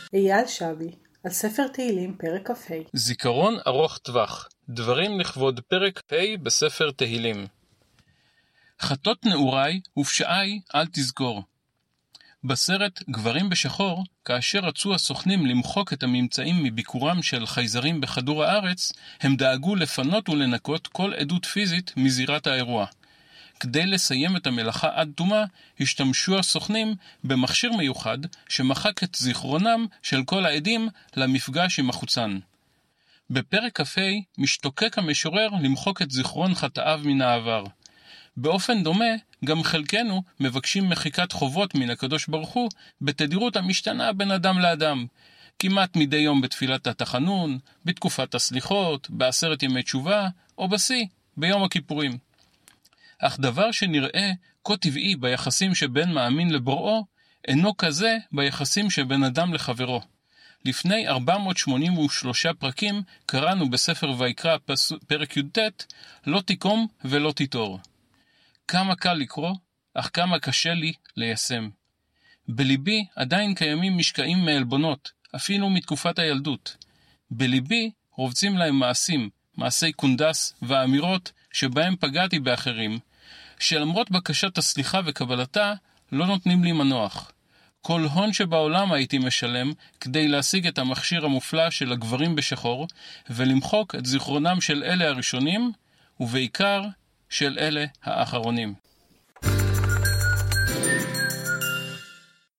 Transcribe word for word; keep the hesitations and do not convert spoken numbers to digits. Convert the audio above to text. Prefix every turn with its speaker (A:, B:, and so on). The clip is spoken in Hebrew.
A: אייל שבי, על ספר תהילים פרק כ"ה.
B: זיכרון ארוך טווח, דברים לכבוד פרק ה' בספר תהילים. חטות נעוריי ופשעי אל תזכור. בסרט גברים בשחור, כאשר רצו הסוכנים למחוק את הממצאים מביקורם של חייזרים בכדור הארץ, הם דאגו לפנות ולנקות כל עדות פיזית מזירת האירוע. כדי לסיים את המלאכה עד תומה, השתמשו הסוכנים במכשיר מיוחד שמחק את זיכרונם של כל העדים למפגש עם החוצן. בפרק כ"ה משתוקק המשורר למחוק את זיכרון חטאיו מן העבר. באופן דומה, גם חלקנו מבקשים מחיקת חובות מן הקדוש ברוך הוא בתדירות המשתנה בין אדם לאדם, כמעט מדי יום בתפילת התחנון, בתקופת הסליחות, בעשרת ימי תשובה, או בשיא, ביום הכיפורים. אך דבר שנראה כה טבעי ביחסים שבין מאמין לבוראו, אינו כזה ביחסים שבין אדם לחברו. לפני ארבע מאות שמונים ושלושה פרקים קראנו בספר ויקרא פרק י"ט, לא תיקום ולא תיטור. כמה קל לקרוא, אך כמה קשה לי ליישם. בליבי עדיין קיימים משקעים מעלבונות, אפילו מתקופת הילדות. בליבי רובצים להם מעשים, מעשי קונדס ואמירות שבהם פגעתי באחרים, שלמרות בקשת הסליחה וקבלתה לא נותנים לי מנוח. כל הון שבעולם הייתי משלם כדי להשיג את המכשיר המופלא של הגברים בשחור ולמחוק את זיכרונם של אלה הראשונים ובעיקר של אלה האחרונים.